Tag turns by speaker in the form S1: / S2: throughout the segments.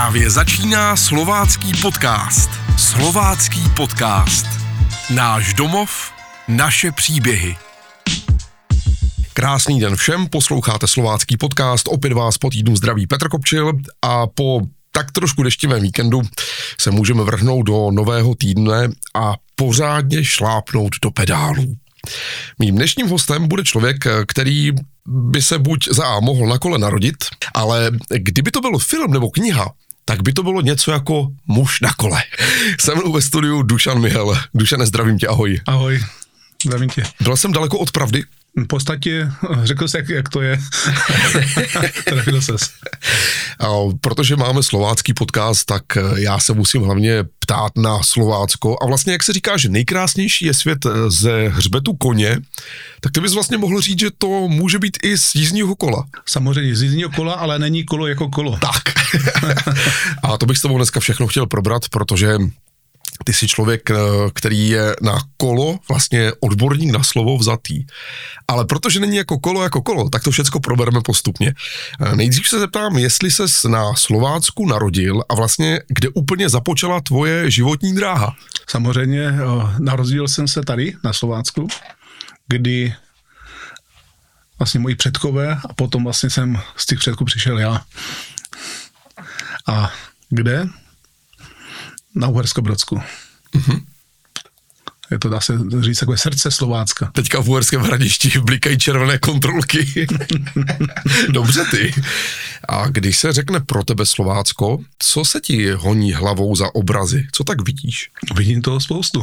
S1: Právě začíná Slovácký podcast. Slovácký podcast. Náš domov, naše příběhy. Krásný den všem, posloucháte Slovácký podcast, opět vás po týdnu zdraví Petr Kopčil a po tak trošku deštivém víkendu se můžeme vrhnout do nového týdne a pořádně šlápnout do pedálů. Mým dnešním hostem bude člověk, který by se buď za A mohl na kole narodit, ale kdyby to byl film nebo kniha, tak by to bylo něco jako Muž na kole. Se mnou ve studiu Dušan Mihel. Dušane, zdravím tě, ahoj.
S2: Ahoj, zdravím tě.
S1: Byl jsem daleko od pravdy?
S2: V podstatě řekl jsi, jak to je. Trefil ses.
S1: Protože máme slovácký podcast, tak já se musím hlavně ptát na Slovácko. A vlastně, jak se říká, že nejkrásnější je svět ze hřbetu koně, tak ty bys vlastně mohl říct, že to může být i z jízdního kola.
S2: Samozřejmě z jízdního kola, ale není kolo jako kolo.
S1: Tak. A to bych s tebou dneska všechno chtěl probrat, protože ty jsi člověk, který je na kolo, vlastně odborník na slovo vzatý. Ale protože není jako kolo, tak to všecko probereme postupně. Nejdřív se zeptám, jestli ses na Slovácku narodil a vlastně kde úplně započala tvoje životní dráha?
S2: Samozřejmě narodil jsem se tady na Slovácku, kdy vlastně moji předkové a potom vlastně jsem z těch předků přišel já. A kde? Na Uherskobrodsku. Mm-hmm. Je to, dá se říct, takové srdce Slovácka.
S1: Teďka v Uherském Hradišti blikají červené kontrolky. Dobře ty. A když se řekne pro tebe Slovácko, co se ti honí hlavou za obrazy? Co tak vidíš?
S2: Vidím toho spoustu.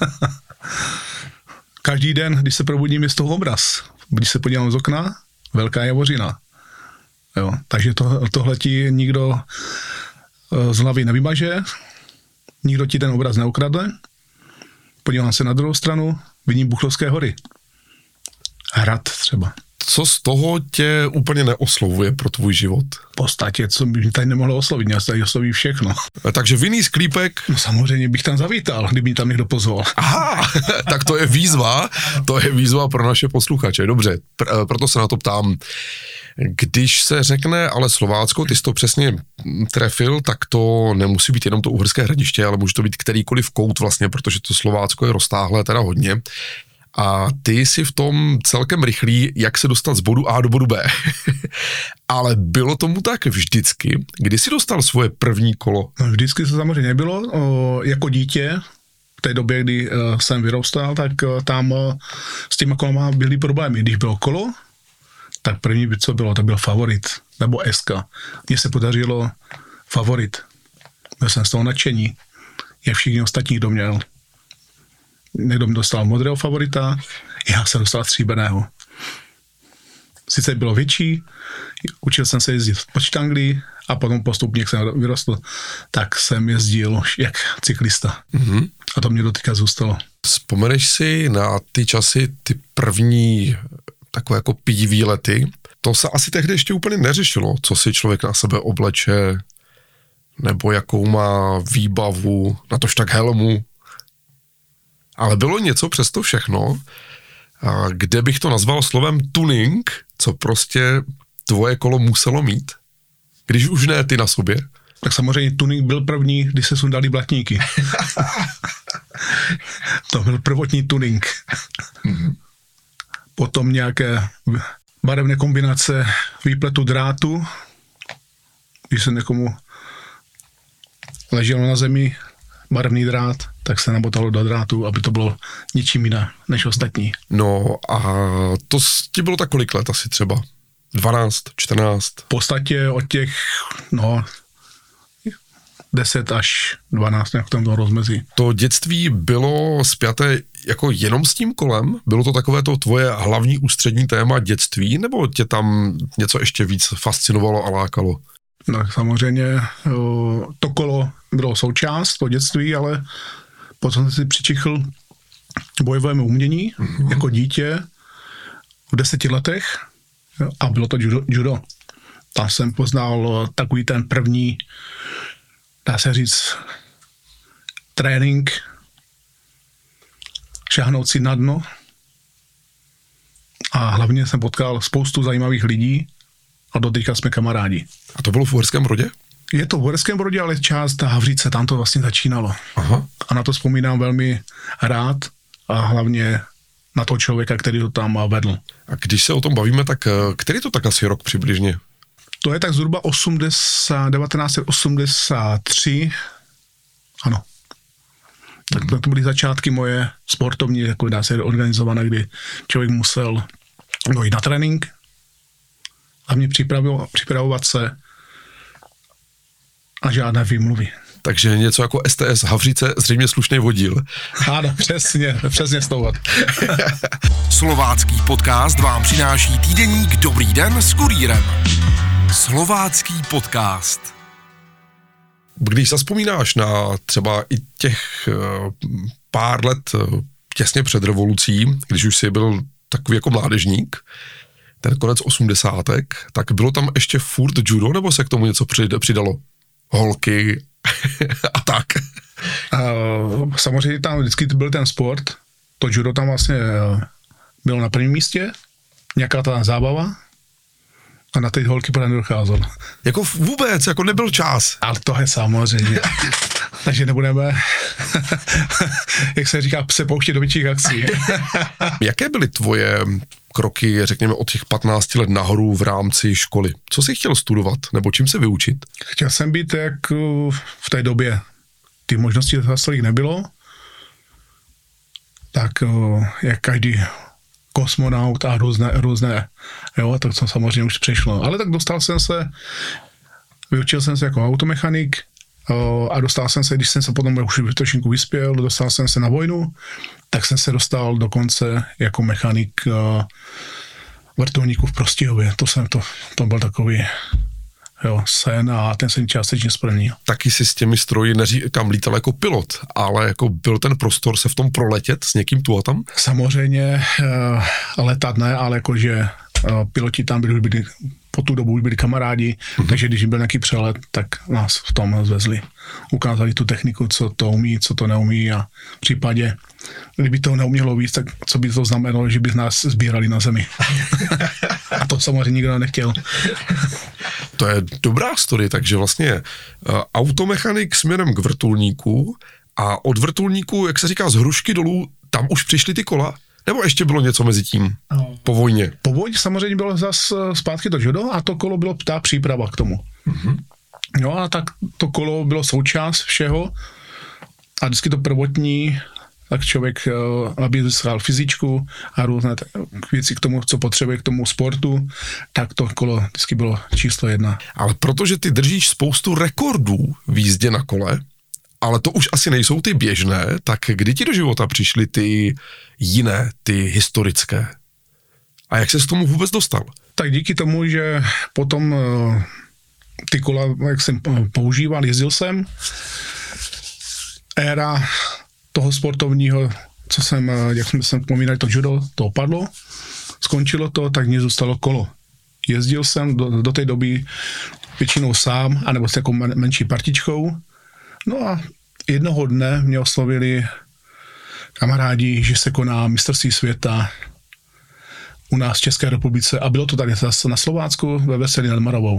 S2: Každý den, když se probudím, je z toho obraz. Když se podívám z okna, velká Javořina. Jo, takže tohle ti nikdo z hlavy nevymaže, nikdo ti ten obraz neukradne. Podívám se na druhou stranu, vidím Buchlovské hory. Hrad třeba.
S1: Co z toho tě úplně neoslovuje pro tvůj život?
S2: V podstatě, co by mě tady nemohlo oslovit, mě tady osloví všechno.
S1: Takže vinný sklípek?
S2: No samozřejmě bych tam zavítal, kdyby mě tam někdo pozval.
S1: Aha, tak to je výzva pro naše posluchače. Dobře, proto se na to ptám. Když se řekne ale Slovácko, ty jsi to přesně trefil, tak to nemusí být jenom to Uherské Hradiště, ale může to být kterýkoliv kout vlastně, protože to Slovácko je roztáhlé teda hodně. A ty jsi v tom celkem rychlý, jak se dostat z bodu A do bodu B. Ale bylo tomu tak vždycky? Kdy jsi dostal svoje první kolo?
S2: No, vždycky to samozřejmě nebylo. Jako dítě, v té době, kdy jsem vyrůstal, tak tam s těma kolama byly problémy. Když bylo kolo, tak první, co bylo, to byl Favorit, nebo SK. Mně se podařilo Favorit. Byl jsem z toho nadšení. Jak všichni ostatní, kdo měl. Někdo mi dostal modrého Favorita, já jsem dostal stříbrného. Sice bylo větší, učil jsem se jezdit po štanglí a potom postupně, jak jsem vyrostl, tak jsem jezdil jak cyklista. Mm-hmm. A to mě doteďka zůstalo.
S1: Vzpomeneš si na ty časy, ty první takové jako pídivý lety? To se asi tehdy ještě úplně neřešilo, co si člověk na sebe obleče, nebo jakou má výbavu, natož tak helmu. Ale bylo něco přes to všechno, kde bych to nazval slovem tuning, co prostě tvoje kolo muselo mít, když už ne ty na sobě.
S2: Tak samozřejmě tuning byl první, když se sundali blatníky. To byl prvotní tuning. Mm-hmm. Potom nějaké barevné kombinace výpletu drátu, když se někomu leželo na zemi barevný drát, tak se nabotalo do drátu, aby to bylo ničím jiné než ostatní.
S1: No a to ti bylo tak kolik let asi třeba? 12, 14?
S2: V podstatě od těch, 10 až 12, nějak tam to rozmezí.
S1: To dětství bylo spjaté jako jenom s tím kolem? Bylo to takové to tvoje hlavní ústřední téma dětství, nebo tě tam něco ještě víc fascinovalo a lákalo?
S2: No samozřejmě to kolo bylo součást toho dětství, ale potom si přičichl bojovému umění jako dítě v 10 letech a bylo to judo. Tam jsem poznal takový ten první, dá se říct, trénink, šáhnout si na dno a hlavně jsem potkal spoustu zajímavých lidí a doteďka jsme kamarádi.
S1: A to bylo v Uherském Brodě?
S2: Je to v Uherském Brodě, ale část Havříce, tam to vlastně začínalo.
S1: Aha.
S2: A na to vzpomínám velmi rád a hlavně na toho člověka, který to tam vedl.
S1: A když se o tom bavíme, tak který to tak asi rok přibližně?
S2: To je tak zhruba 1983, ano. Tak to byly začátky moje sportovní, jako dá se organizované, kdy člověk musel dojít na trénink a mě připravovat se a žádné výmluvy.
S1: Takže něco jako STS Havřice, zřejmě slušný vodíl.
S2: Ano, přesně z toho.
S1: Slovácký podcast vám přináší týdeník Dobrý den s kurýrem. Slovácký podcast. Když zazpomínáš na třeba i těch pár let těsně před revolucí, když už jsi byl takový jako mládežník, ten konec 80. tak bylo tam ještě furt judo, nebo se k tomu něco přidalo? Holky a tak.
S2: Samozřejmě tam vždycky byl ten sport, to judo tam vlastně bylo na prvním místě, nějaká ta zábava a na ty holky pořád nedocházel.
S1: Jako vůbec, jako nebyl čas.
S2: Ale to je samozřejmě. Takže nebudeme, jak se říká, se pouštět do větších akcí.
S1: Jaké byly tvoje kroky, řekněme, od těch 15 let nahoru v rámci školy? Co jsi chtěl studovat, nebo čím se vyučit?
S2: Chtěl jsem být jak v té době. Ty možnosti zase nebylo. Tak jak každý kosmonaut a různé, jo, tak to samozřejmě už přešlo. Ale tak vyučil jsem se jako automechanik a dostal jsem se, když jsem se potom už trošku vyspěl, dostal jsem se na vojnu, tak jsem se dostal dokonce jako mechanik vrtulníků v Prostějově. To byl takový sen a ten jsem částečně splnil.
S1: Taky si s těmi stroji neříkám lítal jako pilot, ale jako byl ten prostor se v tom proletět s někým tu a tam?
S2: Samozřejmě letat ne, ale jakože piloti tam byli po tu dobu už byli kamarádi, takže když byl nějaký přelet, tak nás v tom zvezli. Ukázali tu techniku, co to umí, co to neumí a v případě, kdyby to neumělo víc, tak co by to znamenalo, že by nás sbírali na zemi. A to samozřejmě nikdo nechtěl.
S1: To je dobrá story, takže vlastně automechanik směrem k vrtulníku a od vrtulníku, jak se říká, z hrušky dolů, tam už přišly ty kola? Nebo ještě bylo něco mezi tím po vojně?
S2: Po vojně samozřejmě bylo zase zpátky to judo a to kolo bylo ta příprava k tomu. Mm-hmm. No a tak to kolo bylo součást všeho a vždycky to prvotní, tak člověk, aby získal fyzičku a různé věci k tomu, co potřebuje k tomu sportu, tak to kolo vždycky bylo číslo 1.
S1: Ale protože ty držíš spoustu rekordů v jízdě na kole, ale to už asi nejsou ty běžné, tak kdy ti do života přišly ty jiné, ty historické? A jak ses k tomu vůbec dostal?
S2: Tak díky tomu, že potom ty kola, jak jsem používal, jezdil jsem, éra toho sportovního, co jsem, jak jsme pomínali, to judo, to opadlo, skončilo to, tak mě zůstalo kolo. Jezdil jsem do té doby většinou sám, anebo s takovou menší partičkou. No a jednoho dne mě oslovili kamarádi, že se koná mistrovství světa u nás v České republice a bylo to tady zase na Slovácku ve Veselí nad Moravou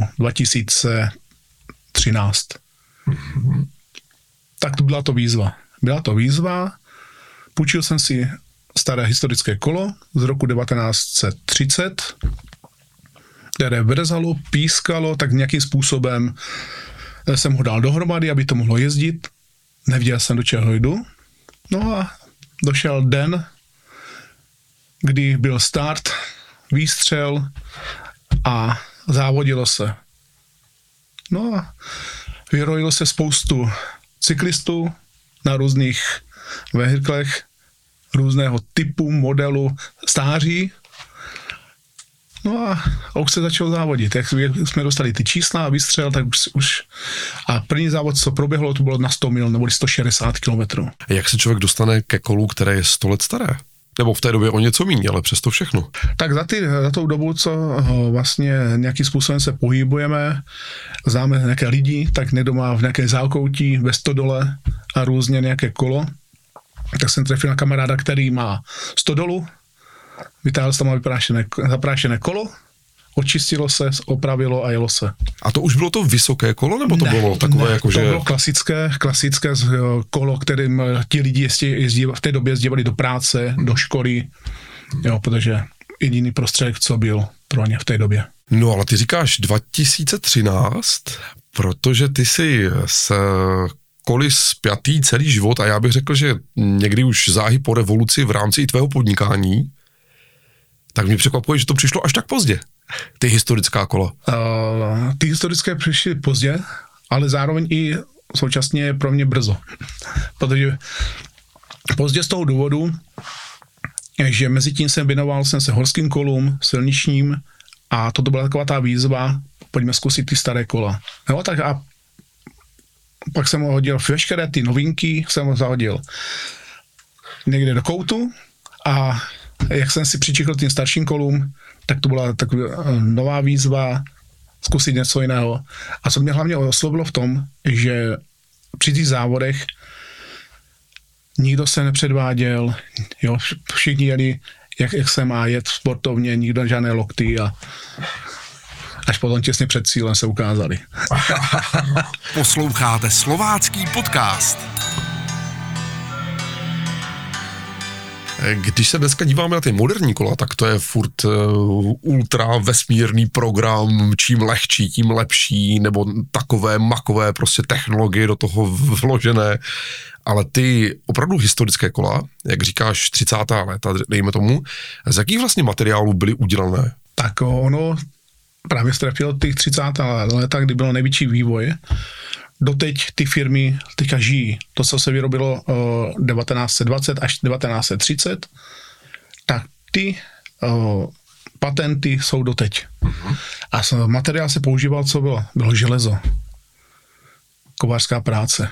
S2: 2013. Mm-hmm. Tak to byla to výzva. Půjčil jsem si staré historické kolo z roku 1930, které vrzalo, pískalo, tak nějakým způsobem jsem ho dal dohromady, aby to mohlo jezdit. Nevěděl jsem, do čeho jdu. No a došel den, kdy byl start, výstřel a závodilo se. No a vyrojilo se spoustu cyklistů na různých vehiklech, různého typu, modelu, stáří. No a už se začal závodit. Jak jsme dostali ty čísla a vystřel, tak už a první závod, co proběhlo, to bylo na 100 mil nebo 160 kilometrů.
S1: Jak se člověk dostane ke kolu, které je 100 let staré? Nebo v té době o něco míň, ale přesto všechno.
S2: Tak za tou dobu, co vlastně nějakým způsobem se pohybujeme, známe nějaké lidi, tak někdo má v nějaké zákoutí ve stodole a různě nějaké kolo. Tak jsem trefil na kamaráda, který má stodolu, vytáhl jsem tam zaprášené kolo očistilo se, opravilo a jelo se.
S1: A to už bylo to vysoké kolo, nebo to bylo takové jako, že...
S2: To bylo klasické kolo, kterým ti lidi v té době jezdívali do práce, do školy, jo, protože jediný prostředek, co byl pro ně v té době.
S1: No ale ty říkáš 2013, protože ty jsi s koly spjatý celý život a já bych řekl, že někdy už záhy po revoluci v rámci i tvého podnikání, tak mě překvapuje, že to přišlo až tak pozdě, ty historická kola.
S2: Ty historické přišly pozdě, ale zároveň i současně pro mě brzo. Protože pozdě z toho důvodu, že mezi tím věnoval jsem se horským kolům, silničním a toto byla taková ta výzva, pojďme zkusit ty staré kola. Jo, tak a pak jsem ho hodil veškeré ty novinky, jsem ho zahodil někde do koutu a jak jsem si přičichl tím starším kolům, tak to byla taková nová výzva zkusit něco jiného. A co mě hlavně oslovilo v tom, že při těch závodech nikdo se nepředváděl, jo, všichni jeli, jak se má jet sportovně, nikdo žádné lokty a až potom těsně před cílem se ukázali.
S1: Posloucháte slovácký podcast. Když se dneska díváme na ty moderní kola, tak to je furt ultra vesmírný program, čím lehčí, tím lepší, nebo takové makové prostě technologie do toho vložené. Ale ty opravdu historické kola, jak říkáš 30. léta, dejme tomu, z jakých vlastně materiálů byly udělané?
S2: Tak ono právě strefilo těch 30. léta, kdy byl největší vývoj. Doteď ty firmy teďka žijí. To, co se vyrobilo 1920 až 1930, tak ty patenty jsou doteď. A materiál se používal, co bylo? Bylo železo. Kovářská práce.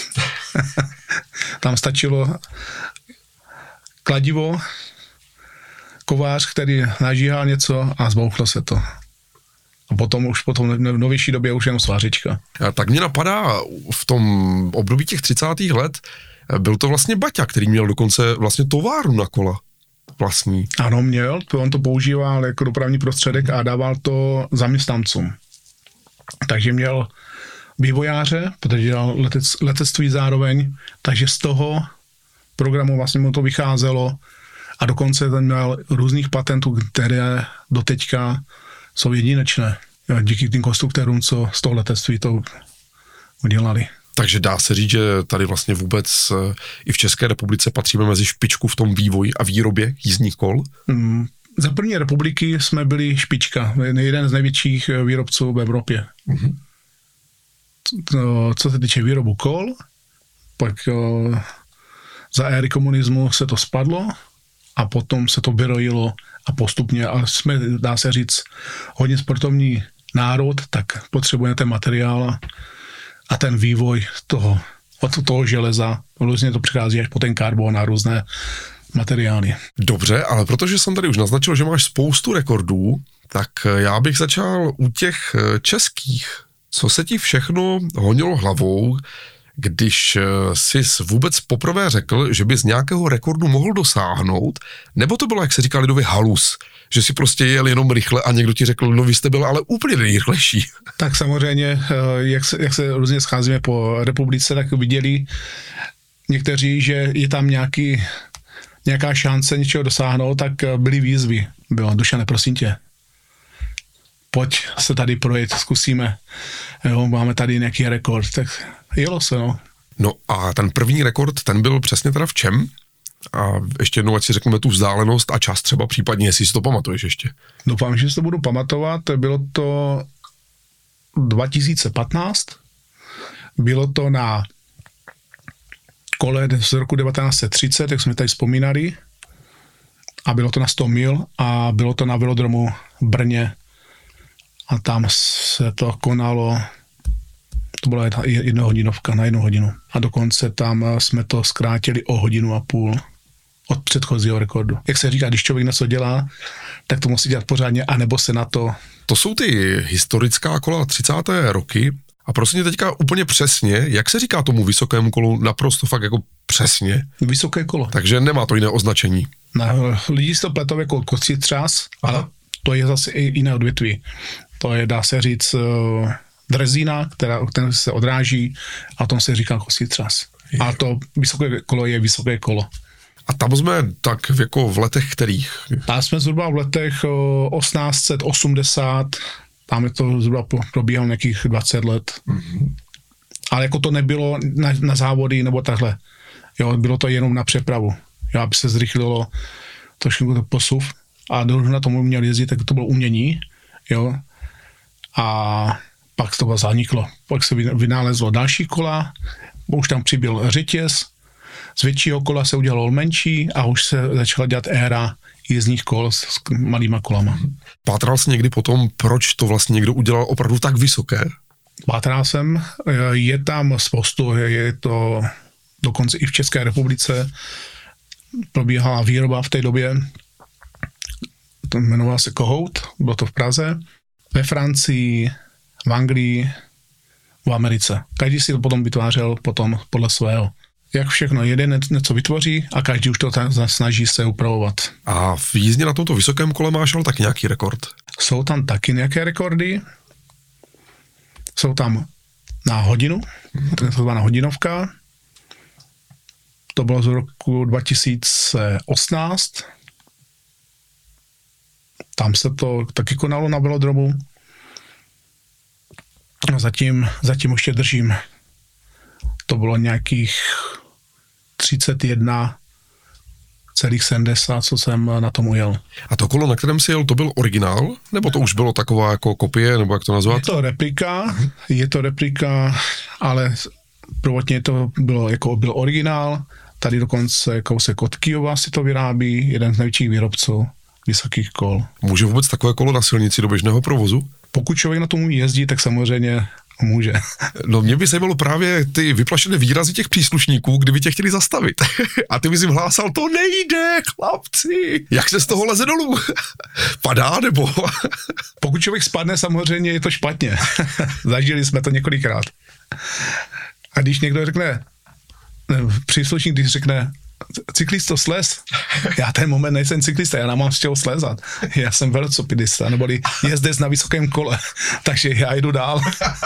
S2: Tam stačilo kladivo, kovář, který nažíhal něco a zbouchlo se to. A potom v novější době už jenom svářička.
S1: Tak mě napadá, v tom období těch 30. let byl to vlastně Baťa, který měl dokonce vlastně továrnu na kola vlastní.
S2: Ano, měl, on to používal jako dopravní prostředek a dával to zaměstnancům. Takže měl vývojáře, protože dělal letectví zároveň, takže z toho programu vlastně mu to vycházelo a dokonce ten měl různých patentů, které doteďka jsou jedinečné. Díky tím konstruktérům, co z toho letectví to udělali.
S1: Takže dá se říct, že tady vlastně vůbec i v České republice patříme mezi špičku v tom vývoji a výrobě jízdních kol?
S2: Za první republiky jsme byli špička, jeden z největších výrobců v Evropě. Mm-hmm. Co se týče výrobu kol, pak za éry komunismu se to spadlo a potom se to vyrojilo a postupně, ale jsme, dá se říct, hodně sportovní národ, tak potřebujeme ten materiál a ten vývoj od toho železa. Různě to přichází až po ten karbon a různé materiály.
S1: Dobře, ale protože jsem tady už naznačil, že máš spoustu rekordů, tak já bych začal u těch českých. Co se ti všechno honilo hlavou, když jsi vůbec poprvé řekl, že bys nějakého rekordu mohl dosáhnout, nebo to bylo, jak se říká lidově, halus, že si prostě jel jenom rychle a někdo ti řekl, no vy jste byl ale úplně nejrychlejší.
S2: Tak samozřejmě, jak se různě scházíme po republice, tak viděli někteří, že je tam nějaká šance něčeho dosáhnout, tak byly výzvy. Bylo, Dušane, prosím tě, pojď se tady projet, zkusíme, jo, máme tady nějaký rekord, tak jelo se, no.
S1: No a ten první rekord, ten byl přesně teda v čem? A ještě jednou, ať si řekneme tu vzdálenost a čas třeba případně, jestli si to pamatuješ ještě.
S2: Doufám, že si to budu pamatovat, bylo to 2015, bylo to na kole z roku 1930, jak jsme tady vzpomínali, a bylo to na 100 mil a bylo to na velodromu v Brně. A tam se to konalo, to byla jedna hodinovka na 1 hodinu. A dokonce tam jsme to zkrátili o 1,5 hodiny od předchozího rekordu. Jak se říká, když člověk něco dělá, tak to musí dělat pořádně, anebo se na to...
S1: To jsou ty historická kola 30. roky. A prosím teďka úplně přesně, jak se říká tomu vysokému kolu naprosto fakt jako přesně?
S2: Vysoké kolo.
S1: Takže nemá to jiné označení.
S2: Lidi si to pletou jako kocitřás, ale to je zase i jiné odvětví. To je, dá se říct, drezína, která se odráží a tom se říká kositřas. A to vysoké kolo je vysoké kolo.
S1: A tam jsme tak jako v letech kterých?
S2: Tam jsme zhruba v letech 1880, tam je to zhruba probíhalo nějakých 20 let. Mm-hmm. Ale jako to nebylo na závody nebo takhle. Jo, bylo to jenom na přepravu. Jo, aby se zrychlilo trošku to posuv. A na tomu měl jezdit, tak to bylo umění. Jo. A pak to zaniklo. Pak se vynálezlo další kola, už tam přibyl řetěz, z většího kola se udělalo menší a už se začala dělat éra jízdních kol s malýma kolama.
S1: Pátral jsi někdy potom, proč to vlastně někdo udělal opravdu tak vysoké?
S2: Pátral jsem, je tam spoustu, je to dokonce i v České republice probíhala výroba v té době, to jmenovala se Kohout, bylo to v Praze, ve Francii, v Anglii, v Americe. Každý si to potom vytvářel potom podle svého. Jak všechno, jeden něco vytvoří a každý už to snaží se upravovat.
S1: A v jízdě na tomto vysokém kole máš ale taky nějaký rekord?
S2: Jsou tam taky nějaké rekordy. Jsou tam na hodinu, takzvaná hodinovka. To bylo z roku 2018. Tam se to taky konalo na velodromu. Zatím ještě držím. To bylo nějakých 31,70, co jsem na tom ujel.
S1: A to kolo, na kterém jsi jel, to byl originál? Nebo to už bylo taková jako kopie, nebo jak to nazvat?
S2: Je to replika, ale prvotně to byl originál. Tady dokonce kousek od Kyjova si to vyrábí, jeden z největších výrobců vysokých kol.
S1: Může vůbec takové kolo na silnici do běžného provozu?
S2: Pokud člověk na tom umí jezdit, tak samozřejmě může.
S1: No mě by zajímalo právě ty vyplašené výrazy těch příslušníků, kdyby tě chtěli zastavit. A ty bys jim hlásal, to nejde, chlapci. Jak se z toho leze dolů? Padá nebo?
S2: Pokud člověk spadne, samozřejmě je to špatně. Zažili jsme to několikrát. A když někdo řekne, příslušník, když řekne, cyklisto slez. Já ten moment nejsem cyklista, já nemám z čeho slezat. Já jsem velocopedista, neboli jezdec na vysokém kole, takže já jdu dál.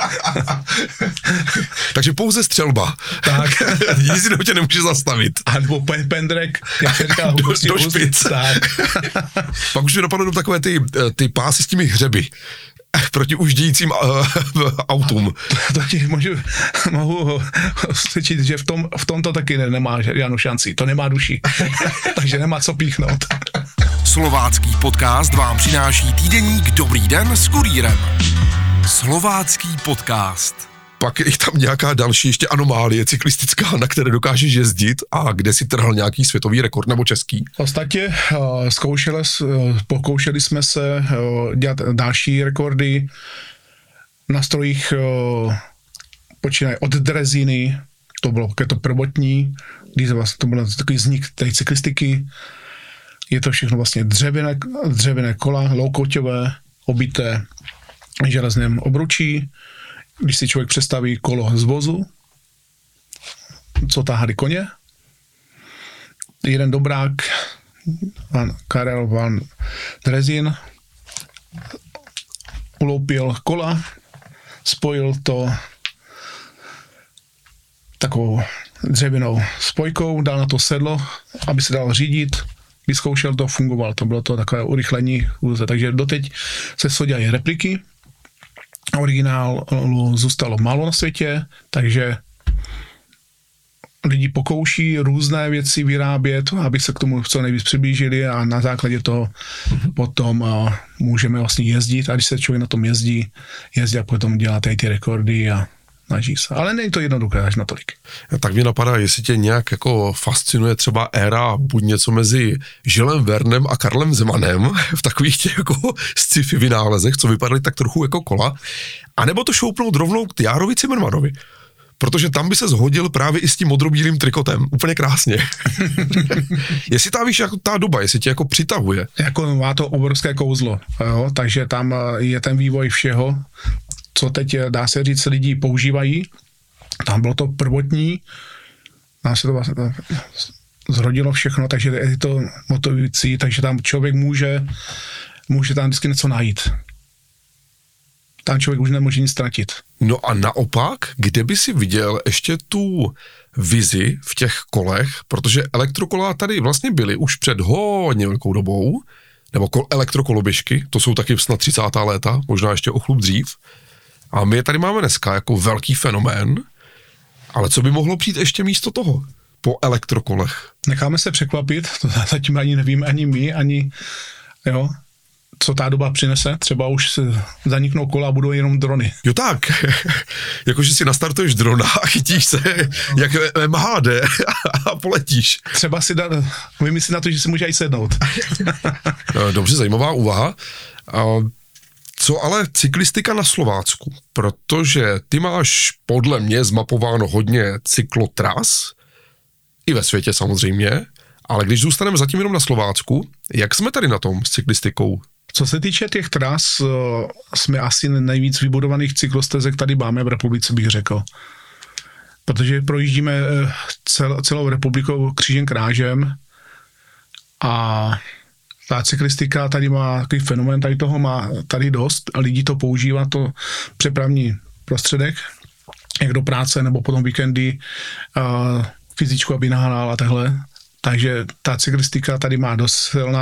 S1: Takže pouze střelba.
S2: Tak.
S1: Nic jiného tě nemůže zastavit.
S2: A nebo pendrek, jak se říká,
S1: do špic. Tak. Pak už mi dopadnou takové ty pásy s těmi hřeby proti uždějícím autům.
S2: To ti mohu svědčit, že v tom to taky nemá žádnou šanci. To nemá duši. Takže nemá co píchnout.
S1: Slovácký podcast vám přináší týdeník Dobrý den s kurýrem. Slovácký podcast. Pak je tam nějaká další ještě anomálie cyklistická, na které dokážeš jezdit a kde si trhl nějaký světový rekord nebo český?
S2: V podstatě pokoušeli jsme se dělat další rekordy na strojích, počínaje od dreziny, to bylo to prvotní, když to byl takový vznik té cyklistiky. Je to všechno vlastně dřevěné kola, loukoťové, obité železném obručí. Když si člověk představí kolo z vozu, co táhali koně, jeden dobrák, Karel van Drezin, uloupil kola, spojil to takovou dřevěnou spojkou, dal na to sedlo, aby se dal řídit, vyzkoušel to, fungoval, to bylo to takové urychlení, takže doteď se dělají repliky. Originálu zůstalo málo na světě, takže lidi pokouší různé věci vyrábět, aby se k tomu co nejvíc přiblížili a na základě toho potom můžeme vlastně jezdit a když se člověk na tom jezdí a potom dělá tady ty rekordy a snaží se. Ale není to jednoduché až natolik.
S1: Tak mě napadá, jestli tě nějak jako fascinuje třeba éra buď něco mezi Žilem Vernem a Karlem Zemanem v takových těch jako sci-fi vynálezech, co vypadaly tak trochu jako kola, anebo to šoupnout rovnou k Járovi Cimrmanovi. Protože tam by se shodil právě i s tím modrobílým trikotem. Úplně krásně. Jestli víš, jako ta doba, jestli tě jako přitahuje.
S2: Jako má to obrovské kouzlo, jo? Takže tam je ten vývoj všeho, co teď, dá se říct, lidi používají. Tam bylo to prvotní, nám se to vlastně zrodilo všechno, takže je to motivující, takže tam člověk může může tam vždycky něco najít. Tam člověk už nemůže nic ztratit.
S1: No a naopak, kde by si viděl ještě tu vizi v těch kolech, protože elektrokola tady vlastně byly už před hodně velkou dobou, nebo elektrokoloběžky, to jsou taky snad 30. léta, možná ještě o chlup dřív. A my je tady máme dneska jako velký fenomén, ale co by mohlo přijít ještě místo toho po elektrokolech?
S2: Necháme se překvapit, to zatím ani nevíme, ani my, ani jo, co ta doba přinese, třeba už se zaniknou kola a budou jenom drony.
S1: Jo tak, jakože si nastartuješ drona a chytíš se jak MHD a poletíš.
S2: Třeba si vymyslit na to, že si může i sednout.
S1: Dobře, zajímavá úvaha. Co ale cyklistika na Slovácku? Protože ty máš podle mě zmapováno hodně cyklotras, i ve světě samozřejmě, ale když zůstaneme zatím jenom na Slovácku, jak jsme tady na tom s cyklistikou?
S2: Co se týče těch tras, jsme asi nejvíc vybudovaných cyklostezek tady máme v republice, bych řekl. Protože projíždíme celou republikou křížem krážem a ta cyklistika tady má takový fenomén, tady toho má tady dost a lidi to používá, to přepravní prostředek, jak do práce nebo potom víkendy, fyzičku, aby nahrál a takhle. Takže ta cyklistika tady má dost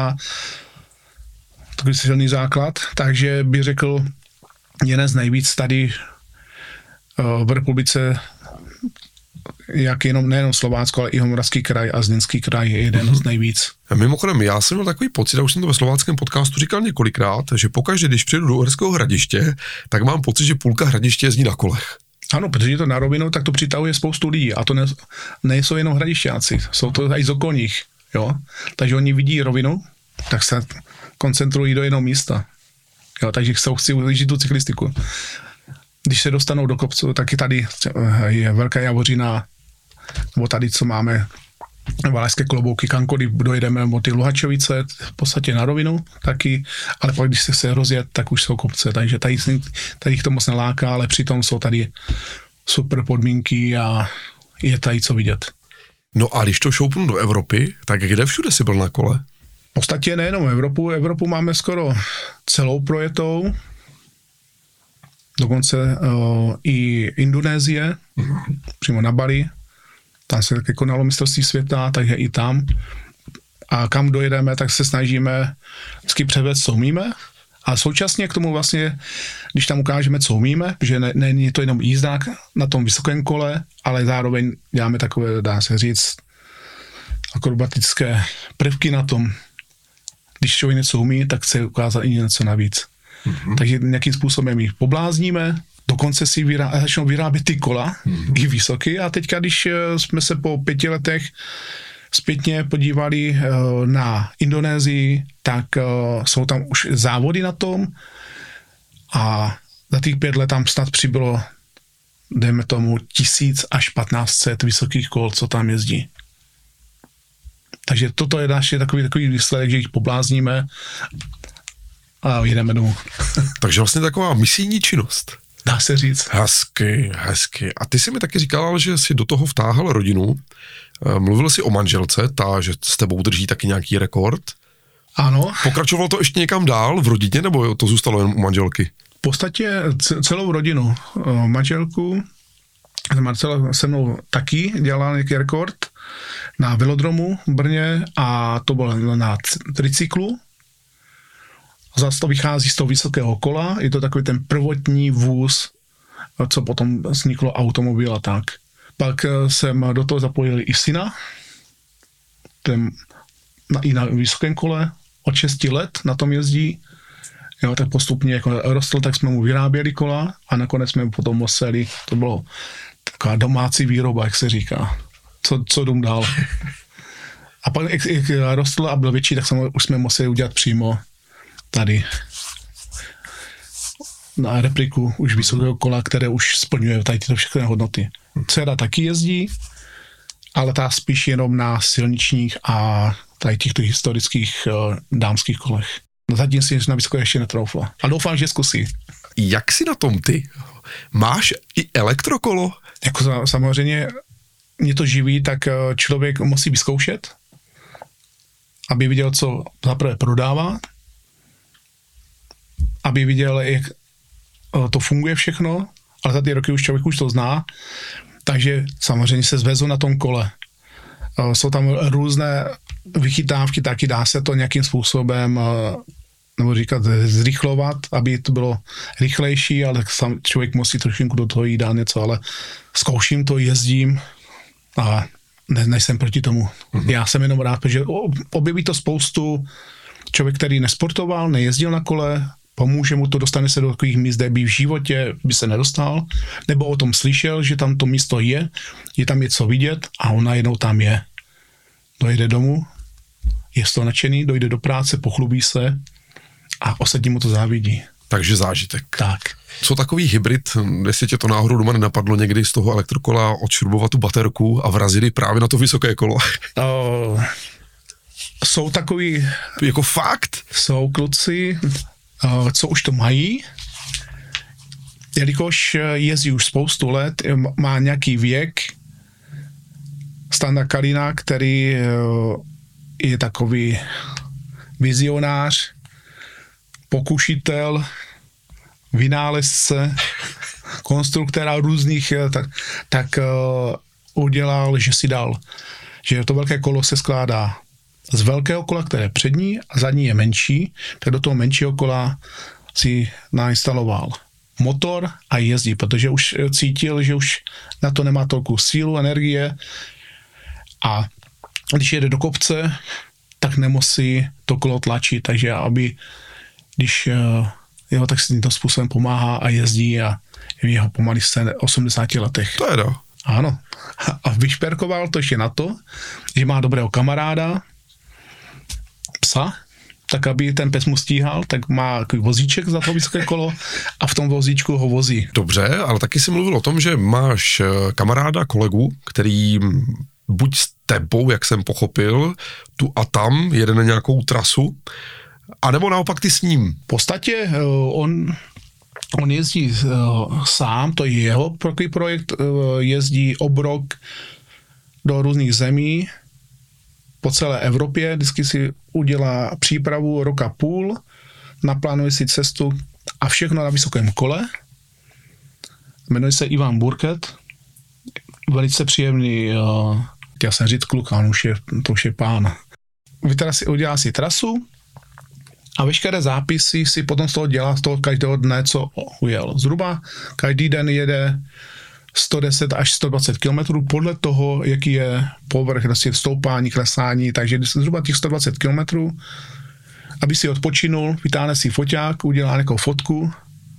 S2: takový silný základ, takže bych řekl jeden z nejvíc tady v republice, jak nejenom Slovácko, ale i Moravský kraj a Zlínský kraj je jeden z nejvíc.
S1: Mimochodem, já jsem měl takový pocit, a už jsem to ve slováckém podcastu říkal několikrát, že pokaždé, když přijedu do Uherského Hradiště, tak mám pocit, že půlka Hradiště jezdí na kolech.
S2: Ano, protože to na rovinu, tak to přitahuje spoustu lidí a to nejsou jenom hradišťáci, jsou to i z okolních, jo. Takže oni vidí rovinu, tak se koncentrují do jednoho místa, jo, takže chci užít tu cyklistiku. Když se dostanou do kopcu, tak i tady je Velká Javořina, nebo tady, co máme, Valašské Klobouky, kamkoliv dojedeme, nebo ty Luhačovice, v podstatě na rovinu taky, ale pak, když se rozjet, tak už jsou kopce, takže tady jich to moc neláká, ale přitom jsou tady super podmínky a je tady co vidět.
S1: No a když to šoupnu do Evropy, tak kde všude jsi byl na kole?
S2: V podstatě nejenom Evropu máme skoro celou projetou, dokonce i Indonésie, přímo na Bali, tam se také konalo mistrovství světa, takže i tam. A kam dojedeme, tak se snažíme vždycky převést, co umíme. A současně k tomu vlastně, když tam ukážeme, co umíme, že není to jenom jízdák na tom vysokém kole, ale zároveň děláme takové, dá se říct, akrobatické prvky na tom. Když člověk něco umí, tak chce ukázat i něco navíc. Mm-hmm. Takže nějakým způsobem jich poblázníme, dokonce si začnou vyrábět ty kola, i vysoký. A teďka, když jsme se po 5 letech zpětně podívali na Indonésii, tak jsou tam už závody na tom a za těch 5 let tam snad přibylo, dejme tomu, 1000 až 1500 vysokých kol, co tam jezdí. Takže toto je náš takový výsledek, že jich poblázníme a jedeme domů. Takže
S1: vlastně taková misijní činnost.
S2: Dá se říct.
S1: Hezky. A ty jsi mi taky říkal, že jsi do toho vtáhl rodinu. Mluvil jsi o manželce, že s tebou drží taky nějaký rekord.
S2: Ano.
S1: Pokračoval to ještě někam dál v rodině, nebo to zůstalo jen u manželky?
S2: V podstatě celou rodinu. Manželku Marcela se mnou taky dělala nějaký rekord na velodromu v Brně a to bylo na tricyklu. Zase to vychází z toho vysokého kola, je to takový ten prvotní vůz, co potom vzniklo automobil a tak. Pak jsem do toho zapojil i syna, i na vysokém kole, od 6 let na tom jezdí. Jo, tak postupně jako rostl, tak jsme mu vyráběli kola a nakonec jsme mu potom museli, to bylo taková domácí výroba, jak se říká, co dům dál. A pak jak rostl a byl větší, tak už jsme museli udělat přímo tady na repliku už vysokého kola, které už splňuje tady tyto všechny hodnoty. Dcera taky jezdí, ale ta spíš jenom na silničních a tady těchto historických dámských kolech. Zatím si na vysoké ještě netroufla. A doufám, že zkusí.
S1: Jak jsi na tom ty? Máš i elektrokolo?
S2: Jako samozřejmě mě to živí, tak člověk musí vyzkoušet, aby viděl, co zaprvé prodává, aby viděl, jak to funguje všechno, ale za ty roky už člověk už to zná, takže samozřejmě se zvezou na tom kole. Jsou tam různé vychytávky, taky dá se to nějakým způsobem, nebo říkat, zrychlovat, aby to bylo rychlejší, ale sám člověk musí trošku do toho jít dát něco, ale zkouším to, jezdím a nejsem proti tomu. Já jsem jenom rád, protože objeví to spoustu člověk, který nesportoval, nejezdil na kole, pomůže mu to, dostane se do takových míst, kde by v životě by se nedostal, nebo o tom slyšel, že tam to místo je tam něco vidět a on najednou tam je. Dojde domů, je z toho nadšený, dojde do práce, pochlubí se a ostatní mu to závidí.
S1: Takže zážitek.
S2: Tak.
S1: Co takový hybrid, jestli tě to náhodou doma nenapadlo někdy z toho elektrokola odšrubovat tu baterku a vrazit ji právě na to vysoké kolo?
S2: Jsou takový...
S1: Jako fakt?
S2: Jsou kluci, co už to mají, jelikož jezdí už spoustu let, má nějaký věk, Standa Kalina, který je takový vizionář, pokušitel, vynálezce, konstruktéra různých, tak udělal, že si dal, že to velké kolo se skládá z velkého kola, které je přední a zadní je menší, tak do toho menšího kola si nainstaloval motor a jezdí, protože už cítil, že už na to nemá tolku sílu, energie a když jede do kopce, tak nemusí to kolo tlačit, takže aby když tak si tímto způsobem pomáhá a jezdí a je v jeho pomaly 80 letech.
S1: To je to.
S2: Ano. A vyšperkoval to ještě na to, že má dobrého kamaráda, psa, tak aby ten pes mu stíhal, tak má takový vozíček za to vysoké kolo a v tom vozíčku ho vozí.
S1: Dobře, ale taky jsi mluvil o tom, že máš kamaráda, kolegu, který buď s tebou, jak jsem pochopil, tu a tam jede na nějakou trasu, anebo naopak ty s ním.
S2: V podstatě on jezdí sám, to je jeho projekt, jezdí obrok do různých zemí po celé Evropě, vždycky si udělá přípravu roka půl, naplánuje si cestu a všechno na vysokém kole. Jmenuje se Ivan Burket, velice příjemný, já jsem říct kluk, to už je pán. Udělá si trasu a veškeré zápisy si potom z toho dělá z toho každého dne, co ujel. Zhruba každý den jede 110 až 120 km podle toho, jaký je povrch, vlastně stoupání, klesání, takže zhruba těch 120 km, aby si odpočinul, vytáhne si foťák, udělá nějakou fotku,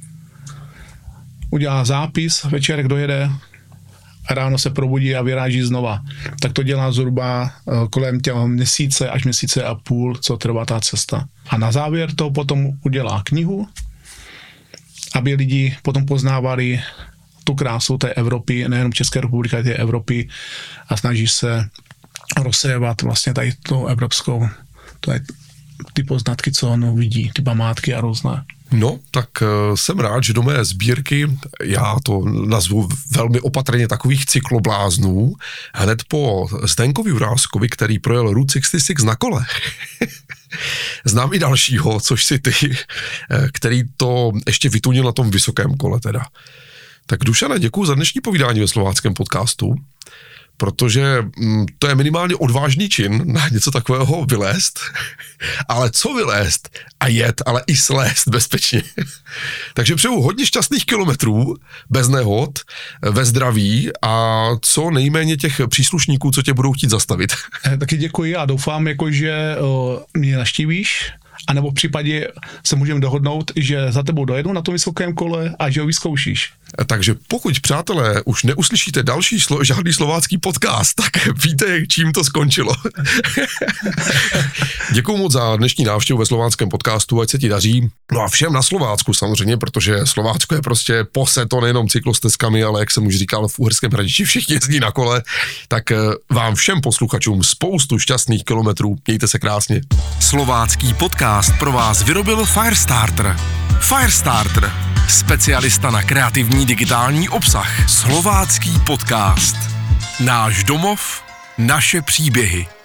S2: udělá zápis, večer dojede, ráno se probudí a vyráží znova. Tak to dělá zhruba kolem měsíce až měsíce a půl, co trvá ta cesta. A na závěr to potom udělá knihu, aby lidi potom poznávali tu krásu té Evropy, nejenom České republiky, ale té Evropy a snaží se rozsévat vlastně tady tu evropskou, ty poznatky, co ono vidí, ty památky a různé.
S1: No, tak jsem rád, že do mé sbírky, já to nazvu velmi opatrně takových cyklobláznů, hned po Zdenkovi Juráskovi, který projel Route 66 na kole. Znám i dalšího, což si ty, který to ještě vytunil na tom vysokém kole teda. Tak Dušane, děkuju za dnešní povídání ve slováckém podcastu, protože to je minimálně odvážný čin na něco takového vylézt, ale co vylézt a jet, ale i slézt bezpečně. Takže přeju hodně šťastných kilometrů, bez nehod, ve zdraví a co nejméně těch příslušníků, co tě budou chtít zastavit.
S2: Taky děkuji a doufám, že mě navštívíš, anebo v případě se můžeme dohodnout, že za tebou dojedu na tom vysokém kole a že ho vyzkoušíš.
S1: Takže pokud, přátelé, už neuslyšíte další žádný slovácký podcast, tak víte, čím to skončilo. Děkuju moc za dnešní návštěvu ve slováckém podcastu, ať se ti daří. No a všem na Slovácku samozřejmě, protože Slovácko je prostě poseto nejenom cyklostezkami, ale jak jsem už říkal, v Uherském Hradišti všichni jezdí na kole, tak vám všem posluchačům spoustu šťastných kilometrů. Mějte se krásně.
S3: Slovácký podcast pro vás vyrobil Firestarter. Firestarter, specialista na kreativní digitální obsah. Slovácký podcast. Náš domov, naše příběhy.